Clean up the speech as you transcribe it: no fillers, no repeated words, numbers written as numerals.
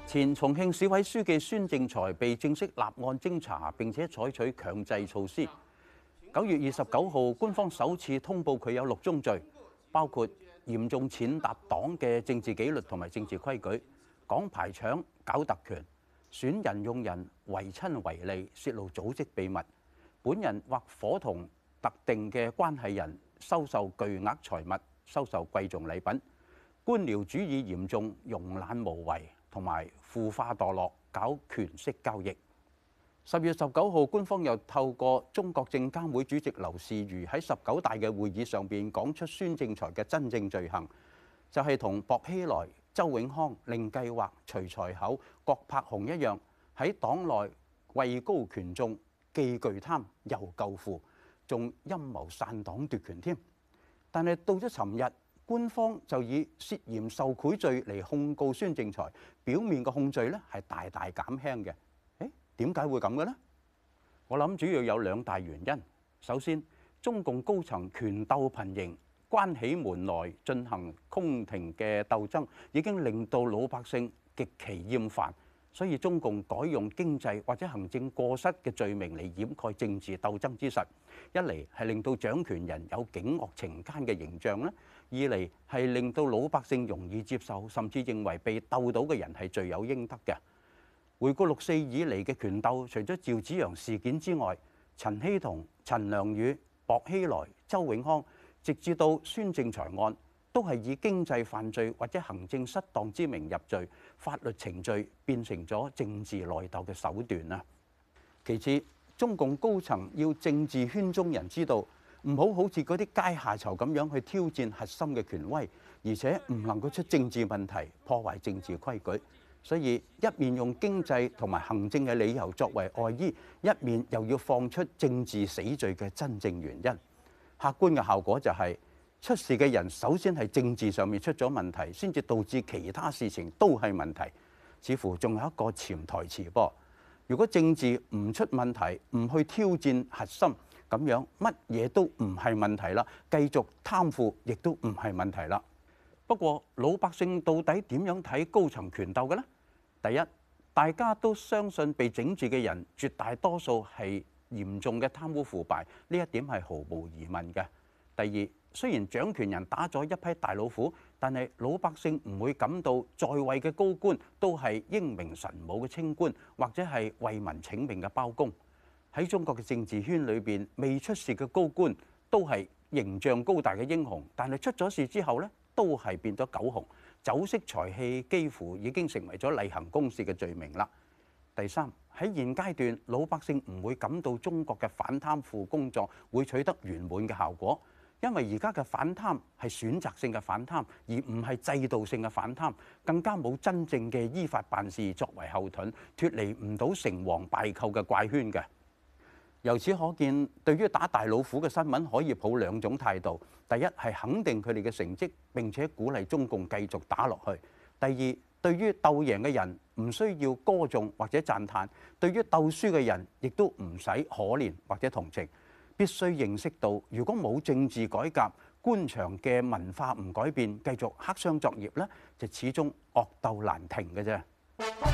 前重慶市委書記孫政才被正式立案偵查，並且採取強制措施。9月29號，官方首次通報佢有6宗罪，包括嚴重踐踏黨嘅政治紀律同埋政治規矩、講排場、搞特權、損人用人、為親為利、泄露組織秘密、本人或夥同特定嘅關係人收受巨額財物、收受貴重禮品、官僚主義嚴重、慵懶無為，同埋腐化墮落、搞權色交易。10月19號，官方又透過中國證監會主席劉士余喺19大嘅會議上邊講出孫政才嘅真正罪行，就係同薄熙來、周永康、令計劃、徐才厚、郭柏雄一樣，喺黨內位高權重，既巨貪又夠富，仲陰謀篡黨奪權添。但係到咗尋日，官方就以涉嫌受賄罪嚟控告孫政才，表面嘅控罪咧係大大減輕嘅。點解會咁嘅呢？我諗主要有2大原因。首先，中共高層權鬥頻仍，關起門來進行宮廷嘅鬥爭，已經令到老百姓極其厭煩，所以中共改用經濟或者行政過失嘅罪名嚟掩蓋政治鬥爭之實。一嚟係令到掌權人有警惡懲奸嘅形象啦；二嚟係令到老百姓容易接受，甚至認為被鬥到嘅人係罪有應得嘅。回顧6·4以嚟嘅權鬥，除咗趙紫陽事件之外，陳希同、陳良宇、薄熙來、周永康，直至到孫政才案，都係以經濟犯罪或者行政失當之名入罪，法律程序變成咗政治內鬥嘅手段啊。其次，中共高層要政治圈中人知道，唔好似嗰啲階下囚咁樣去挑戰核心嘅權威，而且唔能夠出政治問題，破壞政治規矩。所以一面用經濟同埋行政嘅理由作為外衣，一面又要放出政治死罪嘅真正原因。客觀嘅效果就係出事嘅人首先係政治上面出咗問題，先至導致其他事情都係問題。似乎仲有一個潛台詞噃。如果政治唔出問題，唔去挑戰核心，咁樣乜嘢都唔係問題啦，繼續貪腐亦都唔係問題啦。不過老百姓到底點樣睇高層權鬥嘅呢？第一，大家都相信被整治嘅人絕大多數係嚴重嘅貪污腐敗，呢一點係毫無疑問嘅。第二，雖然掌權人打咗一批大老虎，但係老百姓唔會感到在位嘅高官都係英明神武嘅清官，或者係為民請命嘅包公。喺中國嘅政治圈裏邊，未出事嘅高官都係形象高大嘅英雄，但係出咗事之後呢，都係變咗狗熊，酒色財氣幾乎已經成為咗例行公事嘅罪名啦。第三，喺現階段，老百姓唔會感到中國嘅反貪腐工作會取得圓滿嘅效果，因為而家嘅反貪係選擇性嘅反貪，而唔係制度性嘅反貪，更加冇真正嘅依法辦事作為後盾，脫離唔到成王敗寇嘅怪圈嘅。由此可見，對於打大老虎嘅新聞可以抱2種態度。第一係肯定佢哋嘅成績，並且鼓勵中共繼續打落去。第二，對於鬥贏嘅人唔需要歌頌或者讚歎，對於鬥輸嘅人亦都唔使可憐或者同情。必須認識到，如果冇政治改革，官場嘅文化唔改變，繼續黑箱作業呢，就始終惡鬥難停嘅啫。